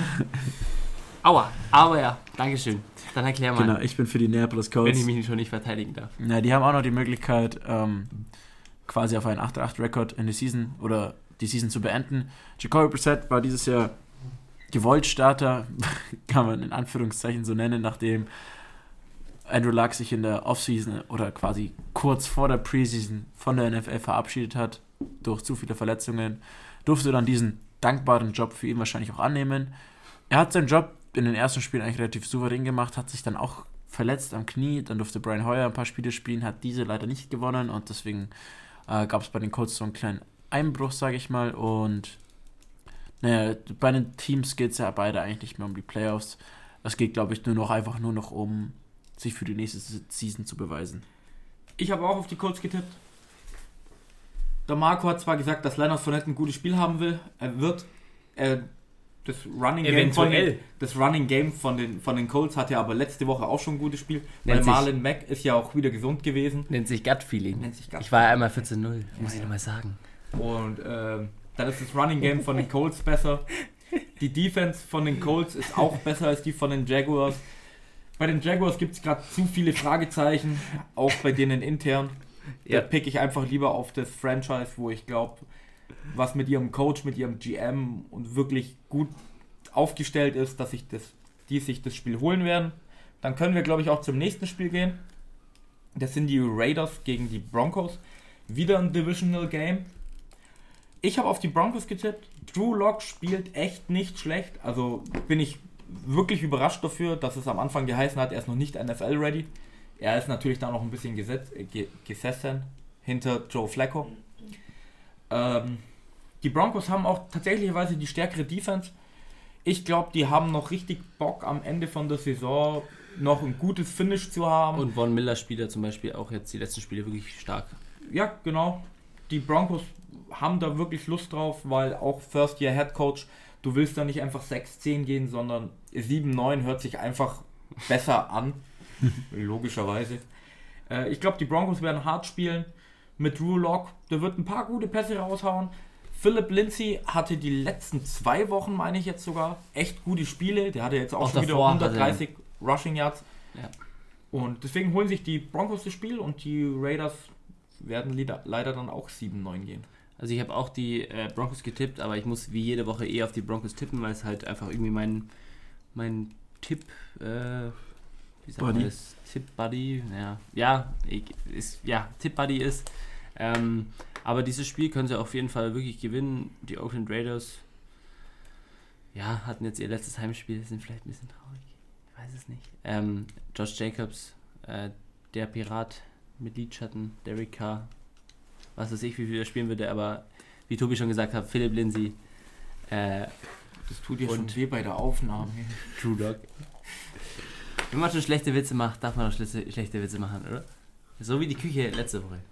Aua, aber ja, Dankeschön. Dann erklär mal. Genau, ich bin für die Indianapolis Colts. Wenn ich mich schon nicht verteidigen darf. Ja, die haben auch noch die Möglichkeit, ähm, quasi auf einen acht acht Rekord in die Season oder die Season zu beenden. Jacoby Brissett war dieses Jahr gewollt Starter, kann man in Anführungszeichen so nennen, nachdem Andrew Luck sich in der Offseason oder quasi kurz vor der Preseason von der N F L verabschiedet hat. durch zu viele Verletzungen, durfte dann diesen dankbaren Job für ihn wahrscheinlich auch annehmen. Er hat seinen Job in den ersten Spielen eigentlich relativ souverän gemacht, hat sich dann auch verletzt am Knie, dann durfte Brian Hoyer ein paar Spiele spielen, hat diese leider nicht gewonnen und deswegen äh, gab es bei den Colts so einen kleinen Einbruch, sage ich mal, und naja, bei den Teams geht es ja beide eigentlich nicht mehr um die Playoffs. Es geht, glaube ich, nur noch einfach nur noch um sich für die nächste Season zu beweisen. Ich habe auch auf die Colts getippt. Der Marco hat zwar gesagt, dass Leonard Fournette ein gutes Spiel haben will, er wird äh, das Running Game von den, das Running Game von den, von den Colts hatte aber letzte Woche auch schon ein gutes Spiel, weil Marlon Mack ist ja auch wieder gesund gewesen. Nennt sich Gut Feeling. Nennt sich Gut ich war ja einmal vierzehn null, muss ja, ich nochmal sagen. Und äh, dann ist das Running Game von den Colts besser. Die Defense von den Colts ist auch besser als die von den Jaguars. Bei den Jaguars gibt es gerade zu viele Fragezeichen, auch bei denen intern. Ja. Da pick ich einfach lieber auf das Franchise, wo ich glaube, was mit ihrem Coach, mit ihrem G M und wirklich gut aufgestellt ist, dass ich das, die sich das Spiel holen werden. Dann können wir, glaube ich, auch zum nächsten Spiel gehen. Das sind die Raiders gegen die Broncos. Wieder ein Divisional Game. Ich habe auf die Broncos getippt. Drew Lock spielt echt nicht schlecht. Also bin ich wirklich überrascht dafür, dass es am Anfang geheißen hat, er ist noch nicht N F L-ready. Er ist natürlich da noch ein bisschen gesetz, äh, gesessen hinter Joe Flacco. Ähm, die Broncos haben auch tatsächlicherweise die stärkere Defense. Ich glaube, die haben noch richtig Bock am Ende von der Saison noch ein gutes Finish zu haben. Und Von Miller spielt ja zum Beispiel auch jetzt die letzten Spiele wirklich stark. Ja, genau. Die Broncos haben da wirklich Lust drauf, weil auch First-Year-Head-Coach, du willst da nicht einfach sechs zehn gehen, sondern sieben neun hört sich einfach besser an. Logischerweise. Äh, ich glaube, die Broncos werden hart spielen mit Drew Lock. Der wird ein paar gute Pässe raushauen. Philip Lindsay hatte die letzten zwei Wochen, meine ich jetzt sogar, echt gute Spiele. Der hatte jetzt auch, auch schon wieder hundertdreißig Rushing Yards. Ja. Und deswegen holen sich die Broncos das Spiel und die Raiders werden leider dann auch sieben neun gehen. Also ich habe auch die äh, Broncos getippt, aber ich muss wie jede Woche eh auf die Broncos tippen, weil es halt einfach irgendwie mein, mein Tipp, äh, wie sagt man das? Tipp-Buddy, ja, ja, ich, ist, ja, Tipp-Buddy ist. Ähm, aber dieses Spiel können sie auf jeden Fall wirklich gewinnen. Die Oakland Raiders, ja, hatten jetzt ihr letztes Heimspiel, sind vielleicht ein bisschen traurig. Ich weiß es nicht. Ähm, Josh Jacobs, äh, der Pirat mit Lidschatten, Derek Carr, was weiß ich, wie viel er spielen würde, aber wie Tobi schon gesagt hat, Philip Lindsay. Äh, das tut dir schon weh bei der Aufnahme. Drew Lock. Wenn man schon schlechte Witze macht, darf man auch schlechte, schlechte Witze machen, oder? So wie die Küche letzte Woche.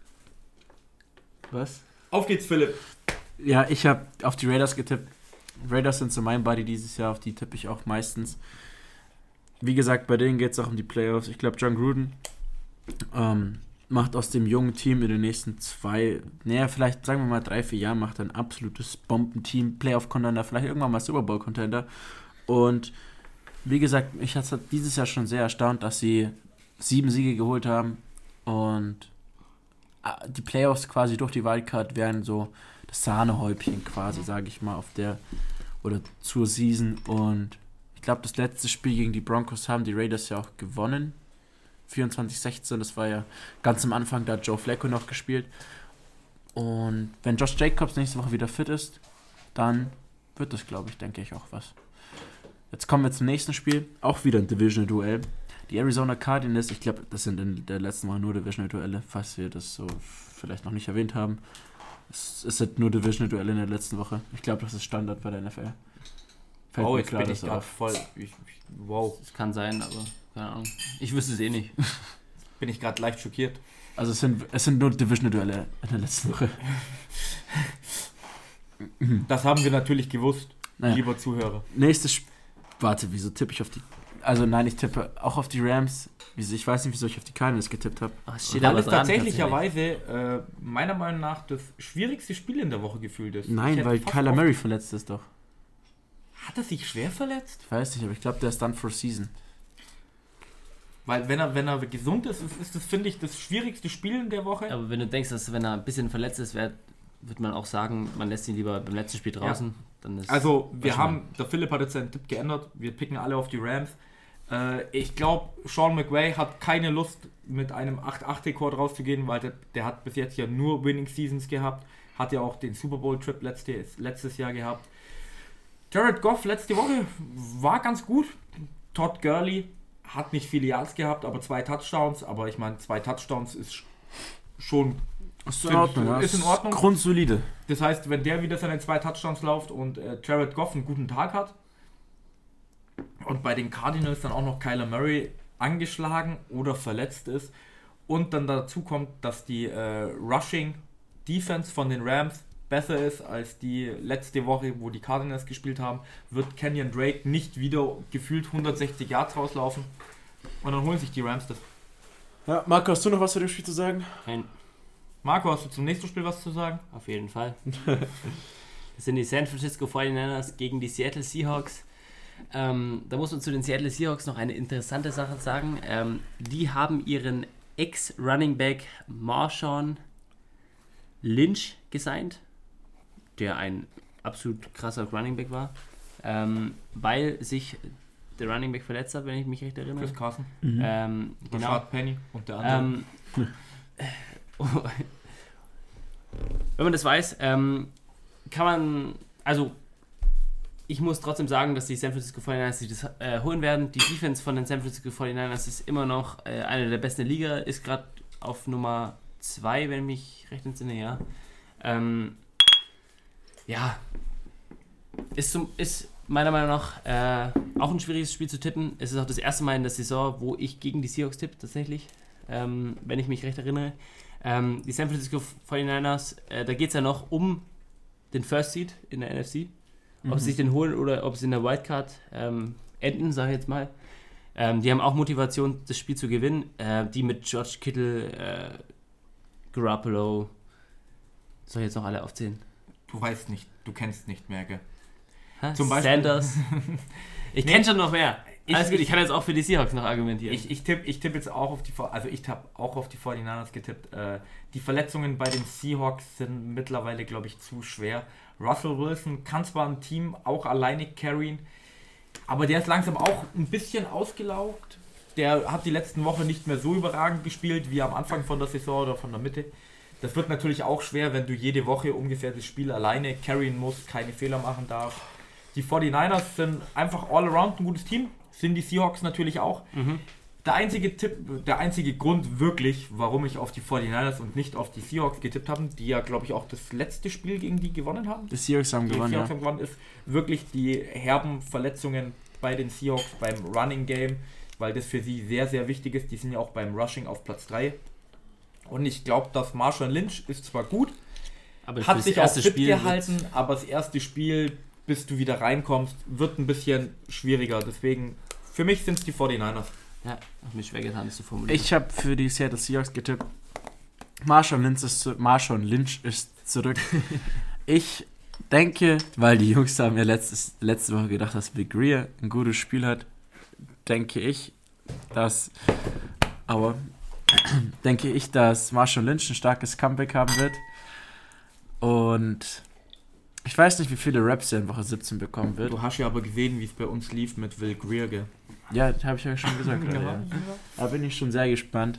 Was? Auf geht's, Philipp. Ja, ich habe auf die Raiders getippt. Raiders sind so mein Buddy dieses Jahr, auf die tippe ich auch meistens. Wie gesagt, bei denen geht es auch um die Playoffs. Ich glaube, John Gruden ähm, macht aus dem jungen Team in den nächsten zwei, naja, vielleicht sagen wir mal drei, vier Jahren, macht ein absolutes Bombenteam, Playoff-Contender, vielleicht irgendwann mal Super Bowl-Contender. Und wie gesagt, mich hat es dieses Jahr schon sehr erstaunt, dass sie sieben Siege geholt haben und die Playoffs quasi durch die Wildcard wären so das Sahnehäubchen quasi, sage ich mal, auf der oder zur Season. Und ich glaube, das letzte Spiel gegen die Broncos haben die Raiders ja auch gewonnen. vierundzwanzig sechzehn, das war ja ganz am Anfang, da hat Joe Flacco noch gespielt. Und wenn Josh Jacobs nächste Woche wieder fit ist, dann wird das, glaube ich, denke ich, auch was. Jetzt kommen wir zum nächsten Spiel, auch wieder ein Divisional-Duell. Die Arizona Cardinals, ich glaube, das sind in der letzten Mal nur Divisional-Duelle, falls wir das so vielleicht noch nicht erwähnt haben. Es, es sind nur Divisional-Duelle in der letzten Woche. Ich glaube, das ist Standard bei der N F L. Fällt oh, jetzt klar, bin ich gerade voll... Ich, ich, wow. Es kann sein, aber keine Ahnung. Ich wüsste es eh nicht. Bin ich gerade leicht schockiert. Also es sind, es sind nur Divisional-Duelle in der letzten Woche. Das haben wir natürlich gewusst, naja. Lieber Zuhörer. Nächstes Spiel. Warte, wieso tippe ich auf die... Also nein, ich tippe auch auf die Rams. Ich weiß nicht, wieso ich auf die Cardinals getippt habe. Weil es tatsächlicherweise äh, meiner Meinung nach das schwierigste Spiel in der Woche gefühlt ist. Nein, weil Kyler Murray verletzt ist doch. Hat er sich schwer verletzt? Ich weiß nicht, aber ich glaube, der ist done for season. Weil wenn er, wenn er gesund ist, ist, ist das, finde ich, das schwierigste Spiel in der Woche. Aber wenn du denkst, dass wenn er ein bisschen verletzt ist, wird man auch sagen, man lässt ihn lieber beim letzten Spiel draußen. Ja. Dann ist also wir haben, der Philipp hat jetzt seinen Tipp geändert, wir picken alle auf die Rams. Äh, ich glaube, Sean McVay hat keine Lust, mit einem acht acht Rekord rauszugehen, weil der, der hat bis jetzt ja nur Winning Seasons gehabt. Hat ja auch den Super Bowl-Trip letzte, letztes Jahr gehabt. Jared Goff letzte Woche war ganz gut. Todd Gurley hat nicht viele Yards gehabt, aber zwei Touchdowns. Aber ich meine, zwei Touchdowns ist schon ist in Ordnung. Ja. Ist in Ordnung. Grundsolide. Das heißt, wenn der wieder seine zwei Touchdowns läuft und äh, Jared Goff einen guten Tag hat und bei den Cardinals dann auch noch Kyler Murray angeschlagen oder verletzt ist und dann dazu kommt, dass die äh, Rushing Defense von den Rams besser ist als die letzte Woche, wo die Cardinals gespielt haben, wird Kenyon Drake nicht wieder gefühlt hundertsechzig Yards rauslaufen und dann holen sich die Rams das. Ja, Marco, hast du noch was zu dem Spiel zu sagen? Nein. Marco, hast du zum nächsten Spiel was zu sagen? Auf jeden Fall. Das sind die San Francisco forty-niners gegen die Seattle Seahawks. Ähm, da muss man zu den Seattle Seahawks noch eine interessante Sache sagen. Ähm, die haben ihren Ex-Running Back Marshawn Lynch gesigned, der ein absolut krasser Running Back war, ähm, weil sich der Running Back verletzt hat, wenn ich mich recht erinnere. Chris Carson. Mhm. Ähm, genau. Rashad Penny und der andere. Ähm, wenn man das weiß, ähm, kann man, also ich muss trotzdem sagen, dass die San Francisco forty-niners sich das äh, holen werden. Die Defense von den San Francisco forty-niners ist immer noch äh, eine der besten der Liga, ist gerade auf Nummer zwei, wenn ich mich recht entsinne, ja. Ähm, ja, ist, zum, ist meiner Meinung nach äh, auch ein schwieriges Spiel zu tippen. Es ist auch das erste Mal in der Saison, wo ich gegen die Seahawks tippe, tatsächlich, ähm, wenn ich mich recht erinnere. Ähm, die San Francisco forty-niners, äh, da geht es ja noch um den First Seed in der N F C. Ob mhm. sie sich den holen oder ob sie in der Wildcard ähm, enden, sage ich jetzt mal. Ähm, die haben auch Motivation, das Spiel zu gewinnen. Äh, die mit George Kittle, äh, Garoppolo, soll ich jetzt noch alle aufzählen? Du weißt nicht, du kennst nicht mehr, gell? Ha? Zum Beispiel Sanders. Ich nee, kenne schon noch mehr. Ich, Alles gut, ich kann jetzt auch für die Seahawks noch argumentieren. Ich, ich tippe ich tipp jetzt auch auf die, also ich habe auch auf die forty-niners getippt. Äh, die Verletzungen bei den Seahawks sind mittlerweile, glaube ich, zu schwer. Russell Wilson kann zwar ein Team auch alleine carryen, aber der ist langsam auch ein bisschen ausgelaugt. Der hat die letzten Wochen nicht mehr so überragend gespielt wie am Anfang von der Saison oder von der Mitte. Das wird natürlich auch schwer, wenn du jede Woche ungefähr das Spiel alleine carryen musst, keine Fehler machen darfst. Die forty-niners sind einfach all around ein gutes Team, sind die Seahawks natürlich auch. Mhm. Der einzige Tipp, der einzige Grund wirklich, warum ich auf die forty-niners und nicht auf die Seahawks getippt habe, die ja, glaube ich, auch das letzte Spiel gegen die gewonnen haben. Die Seahawks haben die gewonnen, Seahawks ja. haben gewonnen, ist wirklich die herben Verletzungen bei den Seahawks beim Running Game, weil das für sie sehr, sehr wichtig ist. Die sind ja auch beim Rushing auf Platz drei. Und ich glaube, dass Marshawn Lynch ist zwar gut, aber hat sich auch fit Spiel gehalten, aber das erste Spiel, bis du wieder reinkommst, wird ein bisschen schwieriger. Deswegen, für mich sind es die forty-niners. Ja, hab mich schwer getan, das zu formulieren. Ich habe für die Seattle Seahawks getippt. Marshawn Lynch ist, zu, Marshawn Lynch ist zurück. Ich denke, weil die Jungs haben ja letztes, letzte Woche gedacht, dass Vic Greer ein gutes Spiel hat, denke ich, dass aber denke ich, dass Marshawn Lynch ein starkes Comeback haben wird. Und ich weiß nicht, wie viele Raps er in Woche siebzehn bekommen wird. Du hast ja aber gesehen, wie es bei uns lief mit Will Greer, gell? Ja, das habe ich ja schon gesagt. ja. Ja. Da bin ich schon sehr gespannt.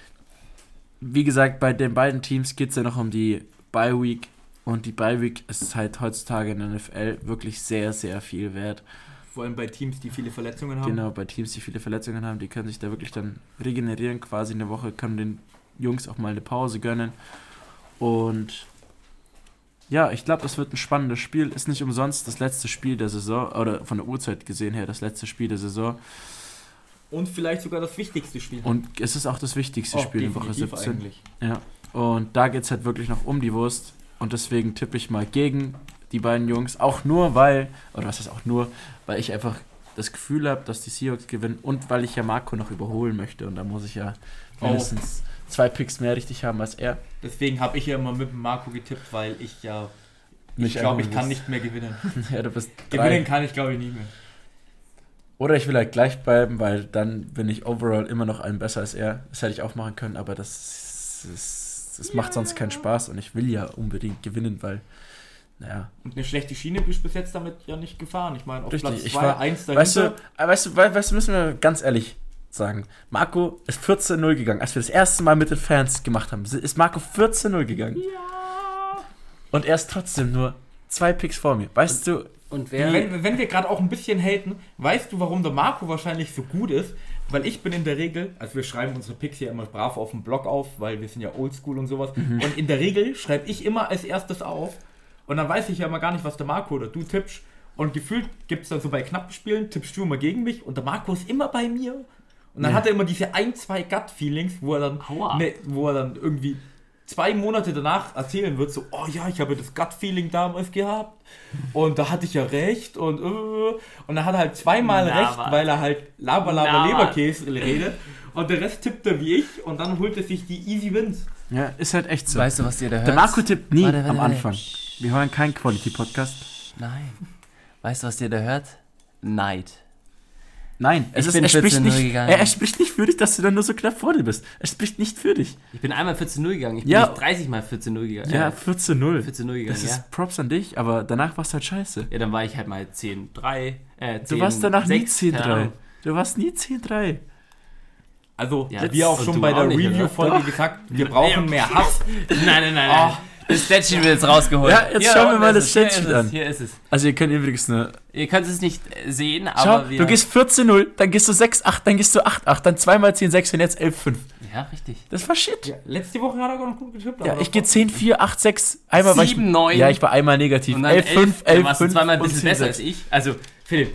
Wie gesagt, bei den beiden Teams geht es ja noch um die Bye Week. Und die Bye Week ist halt heutzutage in der N F L wirklich sehr, sehr viel wert. Vor allem bei Teams, die viele Verletzungen haben. Genau, bei Teams, die viele Verletzungen haben, die können sich da wirklich dann regenerieren. Quasi in der Woche können den Jungs auch mal eine Pause gönnen. Und ja, ich glaube, das wird ein spannendes Spiel. Ist nicht umsonst das letzte Spiel der Saison, oder von der Uhrzeit gesehen her, das letzte Spiel der Saison. Und vielleicht sogar das wichtigste Spiel. Und es ist auch das wichtigste oh, Spiel in Woche siebzehn. Eigentlich. Ja. Und da geht es halt wirklich noch um die Wurst. Und deswegen tippe ich mal gegen die beiden Jungs. Auch nur, weil, oder was heißt auch nur, weil ich einfach das Gefühl habe, dass die Seahawks gewinnen und weil ich ja Marco noch überholen möchte. Und da muss ich ja mindestens oh. zwei Picks mehr richtig haben als er. Deswegen habe ich ja immer mit Marco getippt, weil ich ja, ich glaube, ich kann nicht mehr gewinnen. Ja, du bist Gewinnen kann ich, glaube ich, nie mehr. Oder ich will halt gleich bleiben, weil dann bin ich overall immer noch einen besser als er. Das hätte ich auch machen können, aber das, das, das ja. macht sonst keinen Spaß und ich will ja unbedingt gewinnen, weil, naja. Und eine schlechte Schiene bist du bis jetzt damit ja nicht gefahren. Ich meine, auf Richtig, Platz zwei, eins dahinter. Weißt du, weißt, du, weißt du, müssen wir ganz ehrlich sagen, Marco ist vierzehn null gegangen. Als wir das erste Mal mit den Fans gemacht haben, ist Marco vierzehn null gegangen. Ja. und er ist trotzdem nur zwei Picks vor mir. Weißt und, du... Und wer... Wenn, wenn wir gerade auch ein bisschen haten, weißt du, warum der Marco wahrscheinlich so gut ist? Weil ich bin in der Regel, also wir schreiben unsere Picks hier immer brav auf dem Blog auf, weil wir sind ja oldschool und sowas. Mhm. Und in der Regel schreibe ich immer als erstes auf. Und dann weiß ich ja immer gar nicht, was der Marco oder du tippst. Und gefühlt gibt es dann so bei knappen Spielen, tippst du immer gegen mich und der Marco ist immer bei mir. Und dann ja. hat er immer diese ein, zwei Gut-Feelings, wo er dann, ne, wo er dann irgendwie zwei Monate danach erzählen wird, so, oh ja, ich habe das Gut-Feeling damals gehabt und da hatte ich ja recht und uh, und dann hat er halt zweimal Na, recht, was? weil er halt Laber, Laber, Leberkäse redet und der Rest tippt er wie ich und dann holt er sich die Easy Wins. Ja, ist halt echt so. Weißt du, was ihr da hört? Der Marco tippt nie warte, warte, am warte. Anfang. Wir hören keinen Quality-Podcast. Nein. Weißt du, was ihr da hört? Neid. Nein, es ist, er, spricht nicht, er, er spricht nicht für dich, dass du dann nur so knapp vor dir bist. Er spricht nicht für dich. Ich bin einmal vierzehn null gegangen. Ich bin ja. nicht dreißig Mal vierzehn null gegangen. Ja, vierzehn null. vierzehn null gegangen, das ja. ist Props an dich, aber danach warst du halt scheiße. Ja, dann war ich halt mal zehn drei. Äh, zehn, du warst danach sechs, nie zehn drei. Du warst nie zehn drei. Also, ja, wie auch schon bei der Review-Folge gesagt, wir brauchen mehr Hass. Nein, nein, nein, nein. Oh. Das Statsheet wird jetzt rausgeholt. Ja, jetzt hier, schauen wir mal das Statsheet an. Hier ist es. Also ihr könnt übrigens eine... Ihr könnt es nicht sehen, aber Schau, wir... du gehst vierzehn null, dann gehst du sechs acht, dann gehst du acht acht, dann zwei mal zehn sechs und jetzt elf fünf. Ja, richtig. Das war Shit. Ja, letzte Woche hat er gar noch gut getippt. Ja, ich gehe zehn vier, acht sechs, einmal war ich... sieben neun. Ja, ich war einmal negativ. elf fünf, elf fünf. Zweimal ein bisschen besser als ich. Also, Philipp.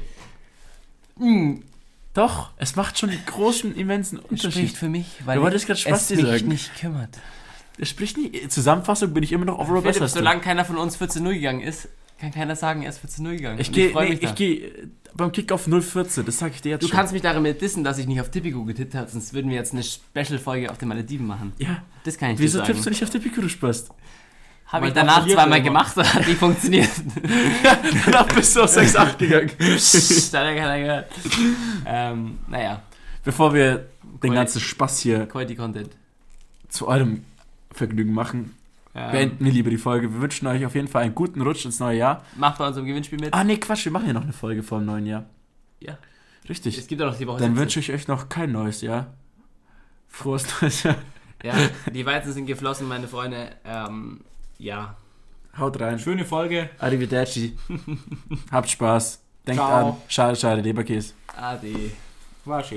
Mhm. Doch, es macht schon einen großen, immensen Unterschied. Spricht für mich, weil du wolltest gerade Spasti es mich sagen. nicht kümmert. Es spricht nicht. Zusammenfassung bin ich immer noch overall besser. Solange keiner von uns vierzehn null gegangen ist, kann keiner sagen, er ist vierzehn null gegangen. Ich gehe nee, geh beim Kick auf null vierzehn, das sage ich dir jetzt du schon. Du kannst mich darin dissen, dass ich nicht auf Tipico getippt habe, sonst würden wir jetzt eine Special-Folge auf den Malediven machen. Ja. Das kann ich Wieso dir sagen. tippst du nicht auf Tipico, du Spaß? Habe ich danach zweimal gemacht und hat nicht funktioniert. Ja, danach bist du auf sechs acht gegangen. Das hat ja keiner gehört. ähm, naja. Bevor wir den Quality, ganzen Spaß hier Quality Content zu eurem Vergnügen machen, ähm, beenden wir lieber die Folge. Wir wünschen euch auf jeden Fall einen guten Rutsch ins neue Jahr. Macht bei unserem Gewinnspiel mit. Ah, nee, Quatsch, wir machen ja noch eine Folge vor dem neuen Jahr. Ja. Richtig. Es gibt auch noch die Woche. Dann wünsche ich euch noch kein neues Jahr. Frohes neues Jahr. Ja, die Weizen sind geflossen, meine Freunde. Ähm, ja. Haut rein. Schöne Folge. Arrivederci. Habt Spaß. Denkt Ciao. an. Schade, schade, Leberkäse. Ade. War schön.